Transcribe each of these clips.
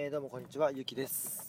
どうもこんにちは、ゆうきです。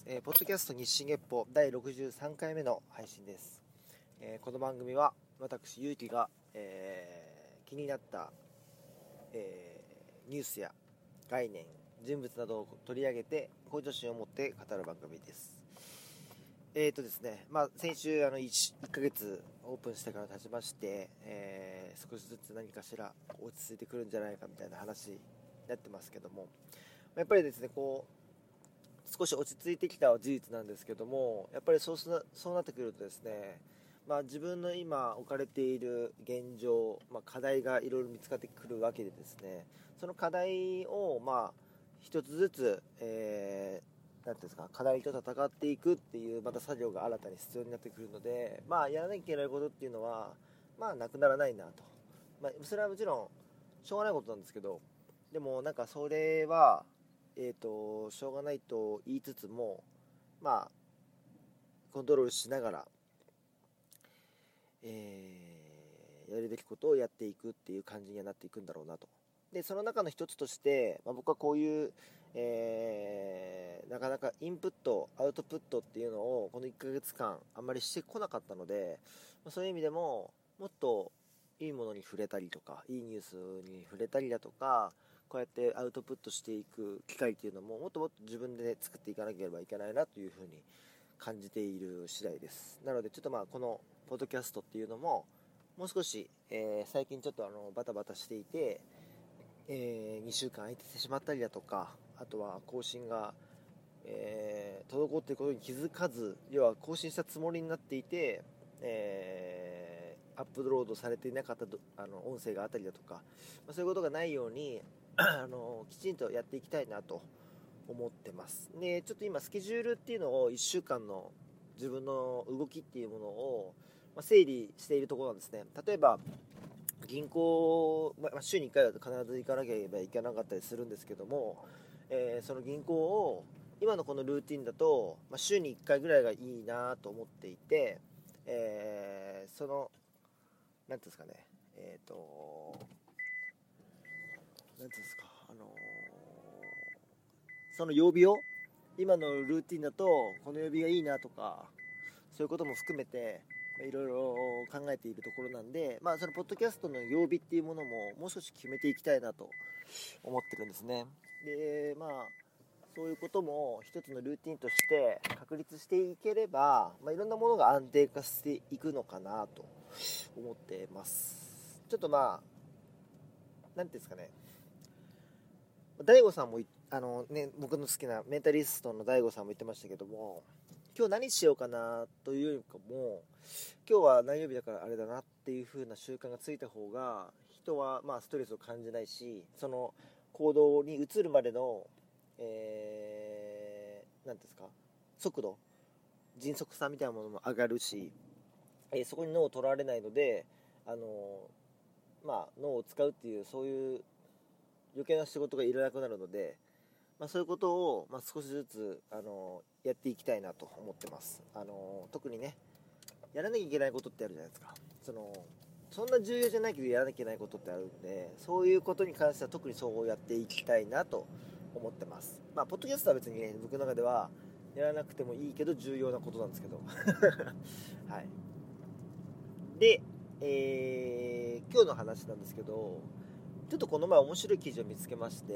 ポッドキャスト日進月歩第63回目の配信です。この番組は私ゆうきが、気になった、ニュースや概念、人物などを取り上げて向上心を持って語る番組です。ですね、先週1ヶ月オープンしてから経ちまして、少しずつ何かしら落ち着いてくるんじゃないかみたいな話になってますけども、やっぱりですね、少し落ち着いてきたは事実なんですけども、やっぱりそうなってくるとですね、自分の今置かれている現状、課題がいろいろ見つかってくるわけでですね、その課題を一つずつ、なんていうんですか、課題と戦っていくっていうまた作業が新たに必要になってくるので、やらなきゃいけないことっていうのはなくならないなと、それはもちろんしょうがないことなんですけど、でもそれはしょうがないと言いつつも、コントロールしながら、やるべきことをやっていくっていう感じにはなっていくんだろうなと。でその中の一つとして、僕はこういう、なかなかインプットアウトプットっていうのをこの1ヶ月間あんまりしてこなかったので、そういう意味でももっといいものに触れたりとか、いいニュースに触れたりだとか、こうやってアウトプットしていく機会っていうのももっともっと自分で作っていかなければいけないなというふうに感じている次第です。なのでちょっとこのポッドキャストっていうのももう少し、最近ちょっとバタバタしていて、2週間空いてしまったりだとか、あとは更新が、滞っていることに気づかず、要は更新したつもりになっていて、アップロードされていなかった音声があったりだとか、そういうことがないようにきちんとやっていきたいなと思ってます。でちょっと今スケジュールっていうのを1週間の自分の動きっていうものを整理しているところなんですね。例えば銀行、週に1回だと必ず行かなければいけなかったりするんですけども、その銀行を今のこのルーティンだと、週に1回ぐらいがいいなと思っていて、そのなんていうんですかね、なんていうんですか、その曜日を今のルーティンだとこの曜日がいいなとか、そういうことも含めていろいろ考えているところなんで、そのポッドキャストの曜日っていうものももう少し決めていきたいなと思ってるんですね。でそういうことも一つのルーティンとして確立していければ、いろんなものが安定化していくのかなと思ってます。ちょっとなんていうんですかね、大悟さんも僕の好きなメンタリストの大悟さんも言ってましたけども、今日何しようかなというよりかも、今日は何曜日だからあれだなっていう風な習慣がついた方が人はストレスを感じないし、その行動に移るまでのなんですか、速度、迅速さみたいなものも上がるし、そこに脳を取られないので、脳を使うっていうそういう余計な仕事がいらなくなるので、そういうことを、少しずつやっていきたいなと思ってます。特にね、やらなきゃいけないことってあるじゃないですか。そんな重要じゃないけどやらなきゃいけないことってあるんで、そういうことに関しては特にそうやっていきたいなと思ってます。ポッドキャストは別にね、僕の中ではやらなくてもいいけど重要なことなんですけどはい。で、今日の話なんですけど、ちょっとこの前面白い記事を見つけまして、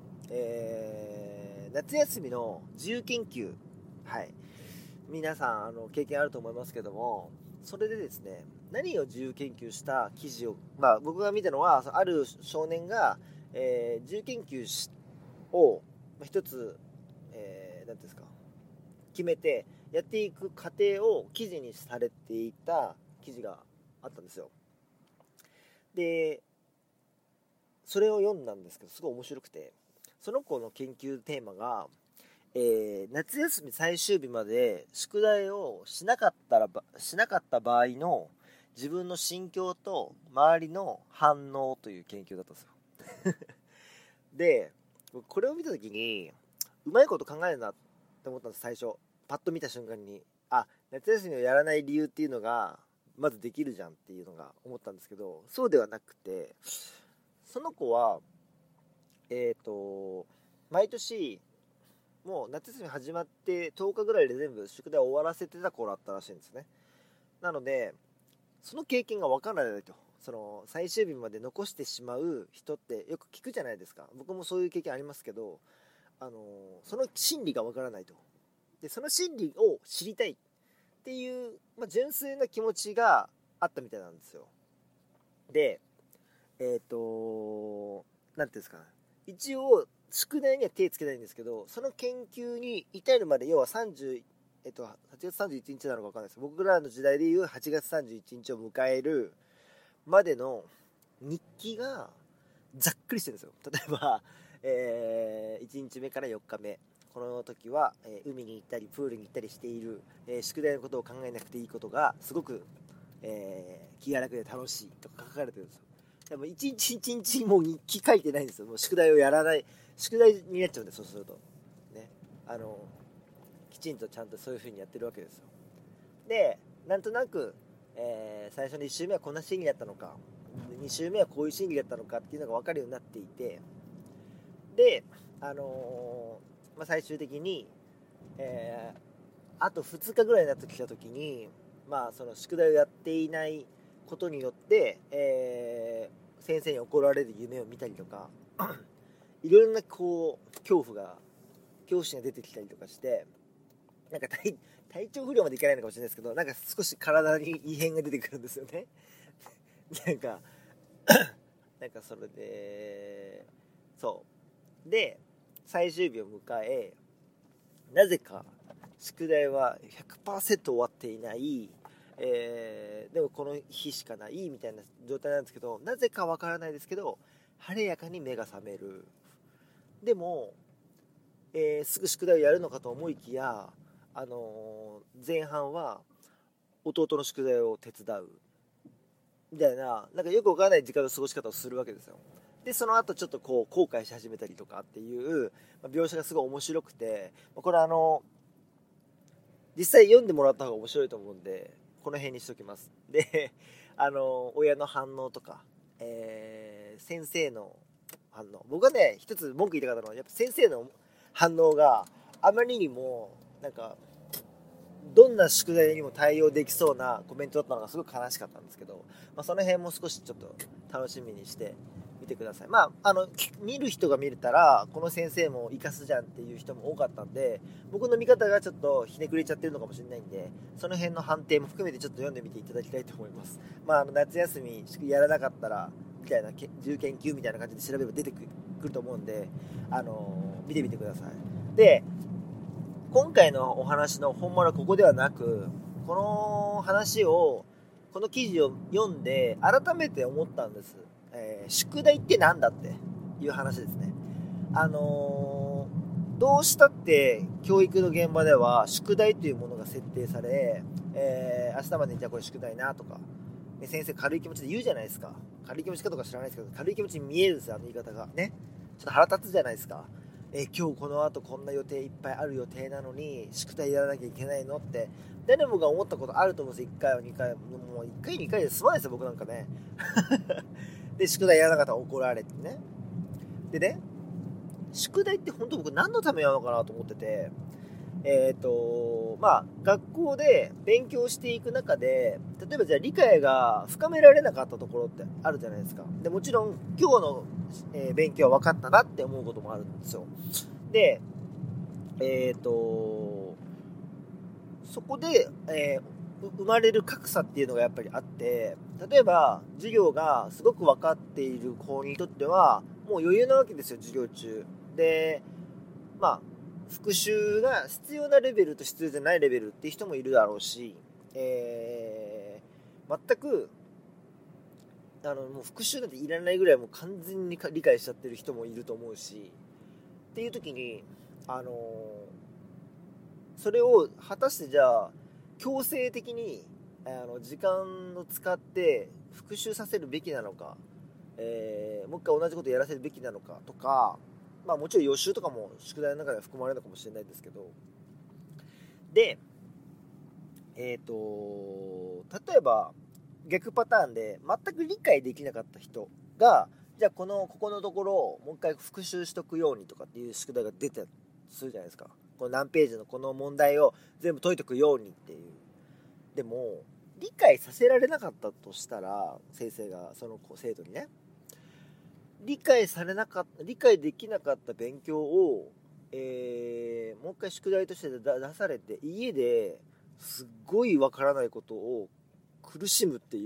夏休みの自由研究、はい、皆さん経験あると思いますけども、それでですね、何を自由研究した記事を、僕が見たのはある少年が、自由研究を一つ、なんていうんですか、決めてやっていく過程を記事にされていた記事があったんですよ。でそれを読んだんですけど、すごい面白くて、その子の研究テーマが、夏休み最終日まで宿題をしなかった場合の自分の心境と周りの反応という研究だったんですよでこれを見た時にうまいこと考えるなって思ったんです。最初パッと見た瞬間に、夏休みをやらない理由っていうのがまずできるじゃんっていうのが思ったんですけど、そうではなくて、その子は毎年もう夏休み始まって10日ぐらいで全部宿題を終わらせてた頃あったらしいんですね。なのでその経験がわからないと、その最終日まで残してしまう人ってよく聞くじゃないですか。僕もそういう経験ありますけど、その心理がわからないと。でその心理を知りたいっていう、純粋な気持ちがあったみたいなんですよ。でなんていうんですか、一応宿題には手つけないんですけど、その研究に至るまで、要は8月31日なのか分かんないです。僕らの時代でいう8月31日を迎えるまでの日記がざっくりしてるんですよ。例えば、1日目から4日目、この時は、海に行ったりプールに行ったりしている、宿題のことを考えなくていいことがすごく、気が楽で楽しいとか書かれてるんですよ。でも一日一日もう日記書いてないんですよ。もう宿題をやらない、宿題になっちゃうんで、そうするとね、きちんとちゃんとそういう風にやってるわけですよ。でなんとなく、最初の1週目はこんな心理だったのか、2週目はこういう心理だったのかっていうのが分かるようになっていて、で最終的に、あと2日ぐらいになってきた時に、その宿題をやっていないことによって、先生に怒られる夢を見たりとかいろんなこう恐怖心が出てきたりとかして、なんか体調不良までいかないのかもしれないですけど、なんか少し体に異変が出てくるんですよねなんかそれでで最終日を迎え、なぜか宿題は 100% 終わっていない、でもこの日しかないみたいな状態なんですけど、なぜかわからないですけど晴れやかに目が覚める。でも、すぐ宿題をやるのかと思いきや、前半は弟の宿題を手伝うみたいな、なんかよくわからない時間の過ごし方をするわけですよ。でその後ちょっとこう後悔し始めたりとかっていう、描写がすごい面白くて、これ実際読んでもらった方が面白いと思うんでこの辺にしときます。で親の反応とか、先生の反応、僕はね一つ文句言いたかったのは、やっぱ先生の反応があまりにもなんかどんな宿題にも対応できそうなコメントだったのがすごく悲しかったんですけど、その辺も少しちょっと楽しみにして見てください。見る人が見れたらこの先生も生かすじゃんっていう人も多かったんで、僕の見方がちょっとひねくれちゃってるのかもしれないんで、その辺の判定も含めてちょっと読んでみていただきたいと思います。夏休みやらなかったらみたいな自由研究みたいな感じで調べれば出てくると思うんで、見てみてください。で今回のお話の本丸はここではなく、この話をこの記事を読んで改めて思ったんです。宿題ってなんだっていう話ですね。どうしたって教育の現場では宿題というものが設定され、明日までにじゃあこれ宿題なとか、先生軽い気持ちで言うじゃないですか。軽い気持ちかとか知らないですけど、軽い気持ちに見えるんですよ、あの言い方がね。ちょっと腹立つじゃないですか。今日この後こんな予定いっぱいある予定なのに宿題やらなきゃいけないのって誰もが思ったことあると思うんですよ。1回は2回、もう1回2回で済まないですよ、僕なんかねで宿題やらなかったら怒られてね。でね、宿題って本当僕何のためなのかなと思ってて、学校で勉強していく中で、例えばじゃあ理解が深められなかったところってあるじゃないですか。でもちろん今日の、勉強は分かったなって思うこともあるんですよ。でそこで、生まれる格差っていうのがやっぱりあって、例えば授業がすごく分かっている子にとってはもう余裕なわけですよ、授業中で。復習が必要なレベルと必要じゃないレベルっていう人もいるだろうし、全くもう復習なんていらないぐらいもう完全に理解しちゃってる人もいると思うし、っていう時にそれを果たしてじゃあ強制的に時間を使って復習させるべきなのか、もう一回同じことやらせるべきなのかとか、もちろん予習とかも宿題の中では含まれるのかもしれないですけど、で例えば逆パターンで全く理解できなかった人が、じゃあここのところをもう一回復習しとくようにとかっていう宿題が出たとするじゃないですか。この何ページのこの問題を全部解いておくようにっていう。でも理解させられなかったとしたら、先生がその生徒にね、理解できなかった勉強を、もう一回宿題として出されて、家ですっごいわからないことを苦しむっていう、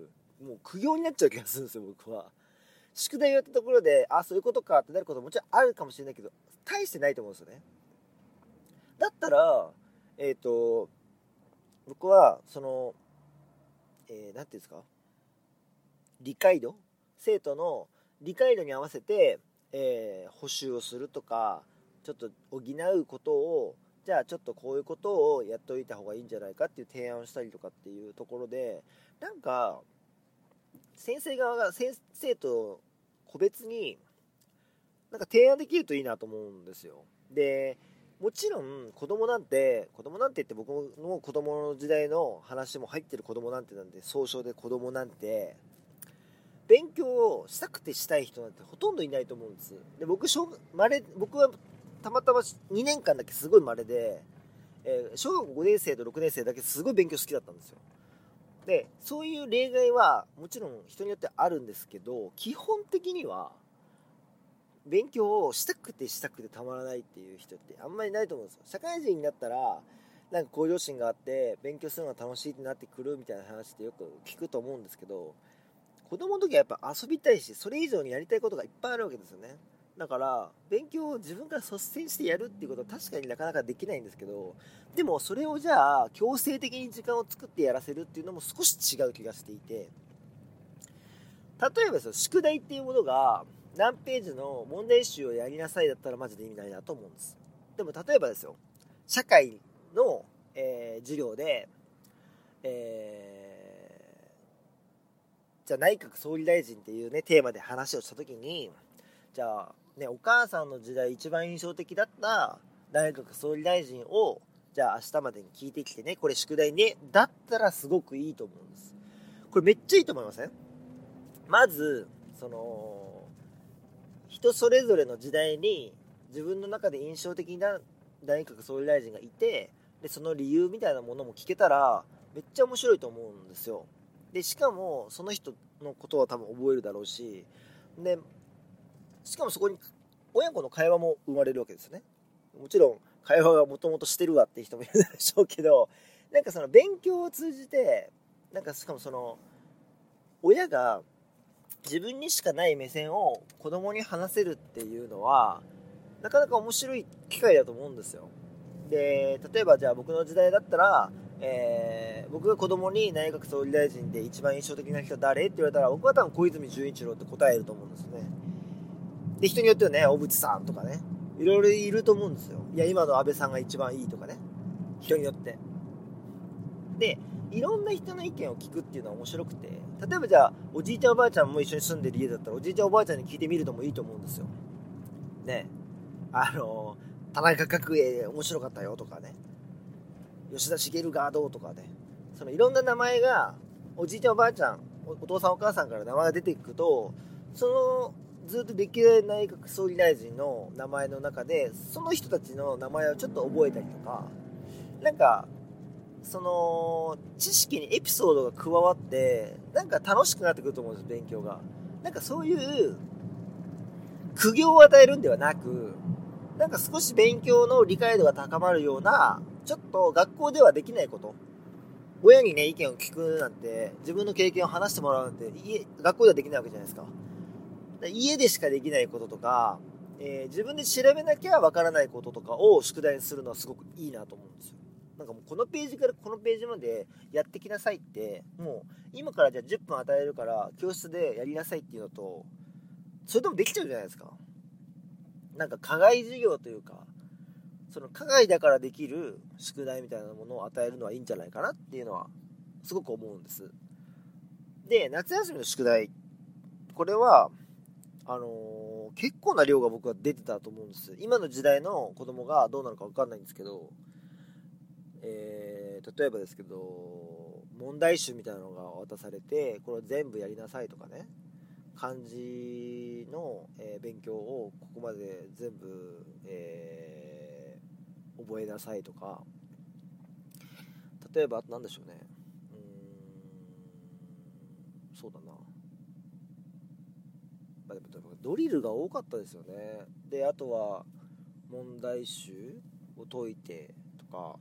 もう苦行になっちゃう気がするんですよ、僕は。宿題やったところで、そういうことかってなることももちろんあるかもしれないけど、大してないと思うんですよね。だったら、僕はその、なんていうんですか、生徒の理解度に合わせて、補習をするとか、ちょっと補うことを、じゃあちょっとこういうことをやっておいた方がいいんじゃないかっていう提案をしたりとかっていうところで、なんか先生側が先生と個別になんか提案できるといいなと思うんですよ。でもちろん子供なんて言って、僕の子供の時代の話も入ってる子供なんて総称で子供なんて、勉強をしたくてしたい人なんてほとんどいないと思うんです。で僕はたまたま2年間だけすごい稀で、小学校5年生と6年生だけすごい勉強好きだったんですよ。でそういう例外はもちろん人によってあるんですけど、基本的には勉強をしたくてたまらないっていう人ってあんまりいないと思うんですよ。社会人になったらなんか向上心があって勉強するのが楽しいってなってくるみたいな話ってよく聞くと思うんですけど、子供の時はやっぱ遊びたいし、それ以上にやりたいことがいっぱいあるわけですよね。だから勉強を自分から率先してやるっていうことは確かになかなかできないんですけど、でもそれをじゃあ強制的に時間を作ってやらせるっていうのも少し違う気がしていて、例えばですよ、宿題っていうものが何ページの問題集をやりなさいだったらマジで意味ないなと思うんです。でも例えばですよ、社会の、授業で、じゃあ内閣総理大臣っていうねテーマで話をした時に、じゃあね、お母さんの時代一番印象的だった内閣総理大臣をじゃあ明日までに聞いてきてね、これ宿題ね、だったらすごくいいと思うんです。これめっちゃいいと思いません？まずその人それぞれの時代に自分の中で印象的な内閣総理大臣がいて、でその理由みたいなものも聞けたらめっちゃ面白いと思うんですよ。でしかもその人のことは多分覚えるだろうし、でしかもそこに親子の会話も生まれるわけですよね。もちろん会話がもともとしてるわっていう人もいるでしょうけど、なんかその勉強を通じて、なんかしかもその親が自分にしかない目線を子供に話せるっていうのはなかなか面白い機会だと思うんですよ。で例えばじゃあ僕の時代だったら、僕が子供に内閣総理大臣で一番印象的な人誰って言われたら、僕は多分小泉純一郎って答えると思うんですよね。で人によってはね、小渕さんとかね、いろいろいると思うんですよ。いや今の安倍さんが一番いいとかね、人によって。でいろんな人の意見を聞くっていうのは面白くて、例えばじゃあおじいちゃんおばあちゃんも一緒に住んでる家だったら、おじいちゃんおばあちゃんに聞いてみるのもいいと思うんですよね。田中角栄面白かったよとかね、吉田茂がどうとかね、そのいろんな名前がおじいちゃんおばあちゃん、お父さんお母さんから名前が出ていくと、そのずっと歴代内閣総理大臣の名前の中でその人たちの名前をちょっと覚えたりとか、なんかその知識にエピソードが加わってなんか楽しくなってくると思うんです、勉強が。なんかそういう苦行を与えるんではなく、なんか少し勉強の理解度が高まるような、ちょっと学校ではできないこと、親にね意見を聞くなんて、自分の経験を話してもらうなんて学校ではできないわけじゃないですか。家でしかできないこととか、自分で調べなきゃわからないこととかを宿題にするのはすごくいいなと思うんですよ。なんかもうこのページからこのページまでやってきなさいって、もう今からじゃあ10分与えるから教室でやりなさいっていうのと、それでもできちゃうじゃないですか。なんか課外授業というか、その課外だからできる宿題みたいなものを与えるのはいいんじゃないかなっていうのはすごく思うんです。で夏休みの宿題、これは結構な量が僕は出てたと思うんです。今の時代の子供がどうなのか分かんないんですけど、例えばですけど問題集みたいなのが渡されて、これを全部やりなさいとかね、漢字の、勉強をここまで全部、 覚えなさいとか、例えば何でしょうね、そうだな、でもドリルが多かったですよね。であとは問題集を解いてとか、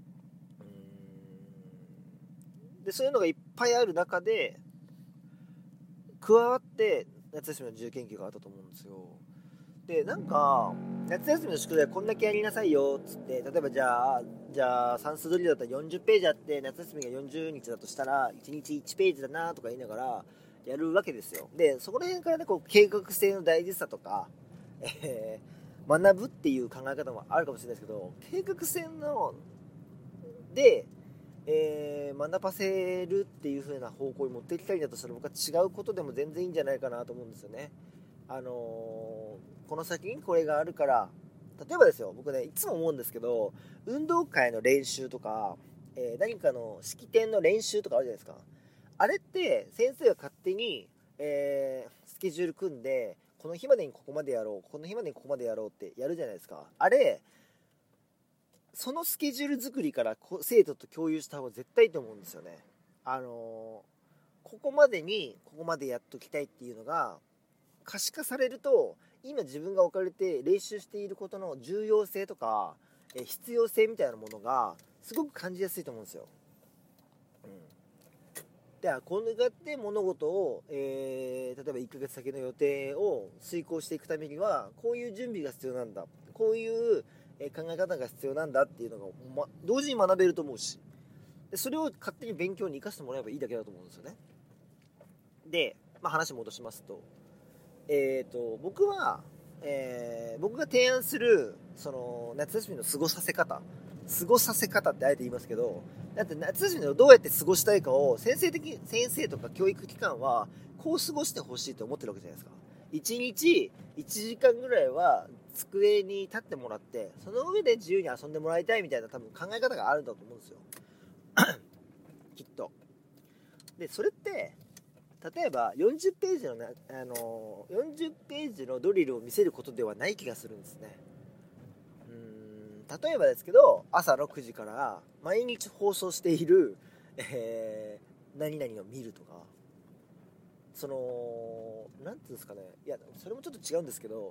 でそういうのがいっぱいある中で加わって夏休みの自由研究があったと思うんですよ。でなんか夏休みの宿題こんだけやりなさいよっつって、例えばじゃあ算数ドリルだったら40ページあって夏休みが40日だとしたら1日1ページだなとか言いながらやるわけですよ。でそこら辺からねこう計画性の大事さとか、学ぶっていう考え方もあるかもしれないですけど、計画性ので、学ばせるっていう風な方向に持っていきたいんだとしたら、僕は違うことでも全然いいんじゃないかなと思うんですよね。この先にこれがあるから、例えばですよ、僕ねいつも思うんですけど、運動会の練習とか、何かの式典の練習とかあるじゃないですか。あれって先生が勝手に、スケジュール組んでこの日までにここまでやろう、この日までにここまでやろうってやるじゃないですか。あれそのスケジュール作りから生徒と共有した方が絶対いいと思うんですよね。ここまでにここまでやっときたいっていうのが可視化されると、今自分が置かれて練習していることの重要性とか必要性みたいなものがすごく感じやすいと思うんですよ。でこうやって物事を、例えば1ヶ月先の予定を遂行していくためにはこういう準備が必要なんだ、こういう考え方が必要なんだっていうのが、同時に学べると思うし、でそれを勝手に勉強に生かしてもらえばいいだけだと思うんですよね。で、話戻しますと、僕は、僕が提案するその夏休みの過ごさせ方ってあえて言いますけど、だって夏休みをどうやって過ごしたいかを先生とか教育機関はこう過ごしてほしいと思ってるわけじゃないですか。1日1時間ぐらいは机に立ってもらって、その上で自由に遊んでもらいたいみたいな多分考え方があるんだと思うんですよきっと。でそれって例えば40ページの40ページのドリルを見せることではない気がするんですね。例えばですけど、朝6時から毎日放送している、何々を見るとか、なんていうんですかね、いやそれもちょっと違うんですけど、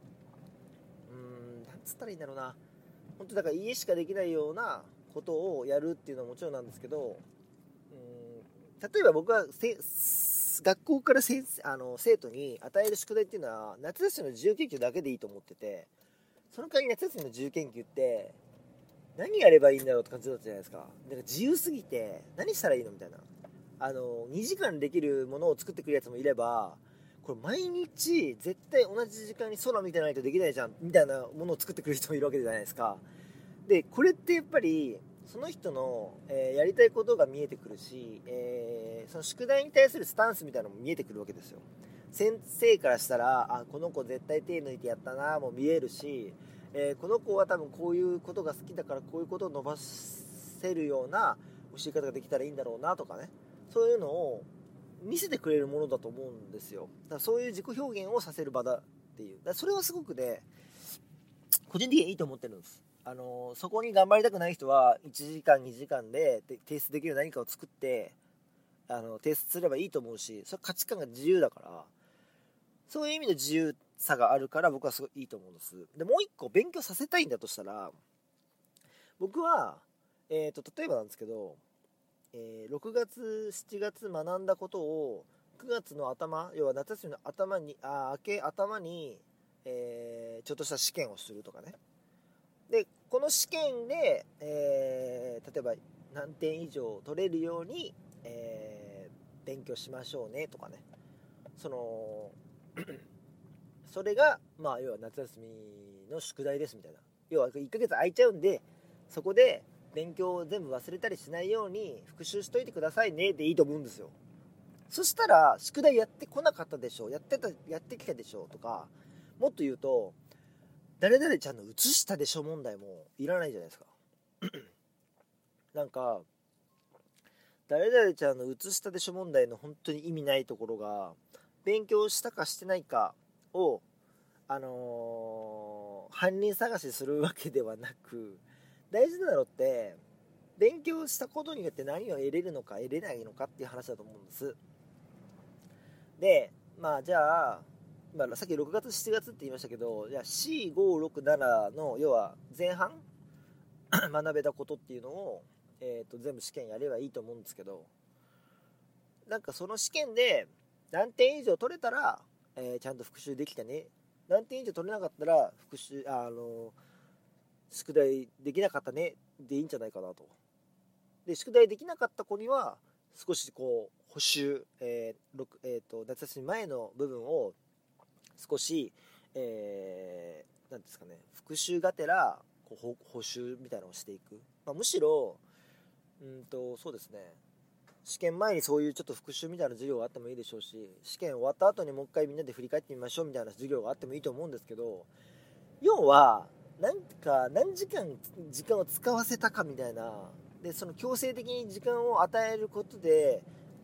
なんつったらいいんだろうな、本当だから家しかできないようなことをやるっていうのはもちろんなんですけど、例えば僕は学校から生徒に与える宿題っていうのは夏休みの自由研究だけでいいと思ってて、その代わり夏休みの自由研究って何やればいいんだろうって感じだったじゃないですか。だから自由すぎて何したらいいのみたいな、2時間できるものを作ってくるやつもいれば、これ毎日絶対同じ時間に空見てないとできないじゃんみたいなものを作ってくる人もいるわけじゃないですか。でこれってやっぱりその人の、やりたいことが見えてくるし、その宿題に対するスタンスみたいなのも見えてくるわけですよ。先生からしたらこの子絶対手抜いてやったなも見えるし、この子は多分こういうことが好きだからこういうことを伸ばせるような教え方ができたらいいんだろうなとかね、そういうのを見せてくれるものだと思うんですよ。だからそういう自己表現をさせる場だっていう、だからそれはすごくね個人的にいいと思ってるんです。そこに頑張りたくない人は1時間2時間で提出できる何かを作って提出すればいいと思うし、それ価値観が自由だから、そういう意味の自由さがあるから僕はすごいいいと思うんです。でもう一個勉強させたいんだとしたら、僕は、例えばなんですけど、6月7月学んだことを9月の頭、要は夏休みの頭にちょっとした試験をするとかね。でこの試験で、例えば何点以上取れるように、勉強しましょうねとかね。それが要は夏休みの宿題ですみたいな。要は1ヶ月空いちゃうんで、そこで勉強を全部忘れたりしないように復習しといてくださいねでいいと思うんですよ。そしたら宿題やってこなかったでしょ、やってきたでしょとか、もっと言うと誰々ちゃんの写したでしょ問題もいらないじゃないですかなんか誰々ちゃんの写したでしょ問題の本当に意味ないところが、勉強したかしてないかを犯人探しするわけではなく、 大事なのって勉強したことによって何を得れるのか得れないのかっていう話だと思うんです。でじゃあ、さっき6月7月って言いましたけど、じゃあ C567 の要は前半学べたことっていうのを、全部試験やればいいと思うんですけど、なんかその試験で何点以上取れたら、ちゃんと復習できたね、何点以上取れなかったら宿題できなかったねでいいんじゃないかなと。で宿題できなかった子には少しこう補習、夏休み前の部分を少し、なんですかね、復習がてらこう補習みたいなのをしていく、むしろそうですね、試験前にそういうちょっと復習みたいな授業があってもいいでしょうし、試験終わった後にもう一回みんなで振り返ってみましょうみたいな授業があってもいいと思うんですけど、要は何時間時間を使わせたかみたいな、でその強制的に時間を与えることで、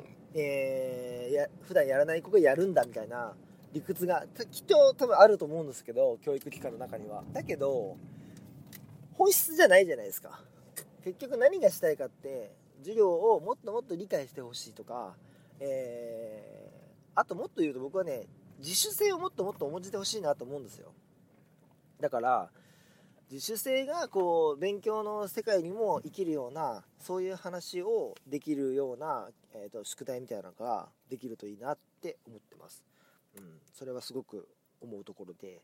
普段やらない子がやるんだみたいな理屈がきっと多分あると思うんですけど、教育機関の中には。だけど本質じゃないじゃないですか。結局何がしたいかって授業をもっともっと理解してほしいとか、あともっと言うと僕はね、自主性をもっともっと重んじてほしいなと思うんですよ。だから自主性がこう勉強の世界にも生きるような、そういう話をできるような、宿題みたいなのができるといいなって思ってます。それはすごく思うところで、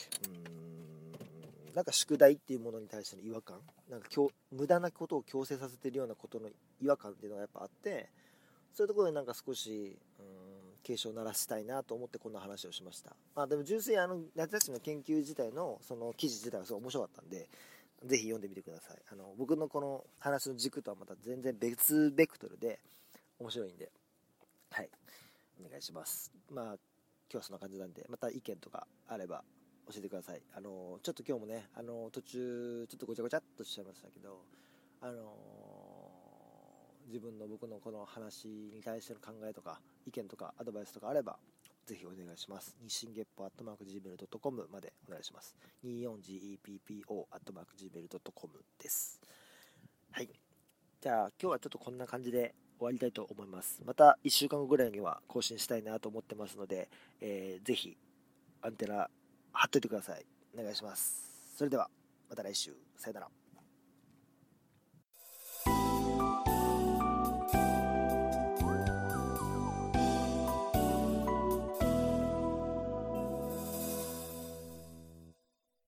なんか宿題っていうものに対しての違和感、なんか無駄なことを強制させてるようなことの違和感っていうのがやっぱあって、そういうところでなんか少し警鐘を鳴らしたいなと思ってこんな話をしました。でも純粋に夏休みの研究自体のその記事自体がすごい面白かったんで、ぜひ読んでみてください。僕のこの話の軸とはまた全然別ベクトルで面白いんで、はい、お願いします。今日はそんな感じなんで、また意見とかあれば教えてください。ちょっと今日もね、途中ちょっとごちゃごちゃっとしちゃいましたけど、僕のこの話に対しての考えとか意見とかアドバイスとかあればぜひお願いします。日進月歩@gmail.com までお願いします。24GEPPO@gmail.com です。はい、じゃあ今日はちょっとこんな感じで終わりたいと思います。また1週間後ぐらいには更新したいなと思ってますので、ぜひアンテナ張っといてください。お願いします。それではまた来週、さよなら。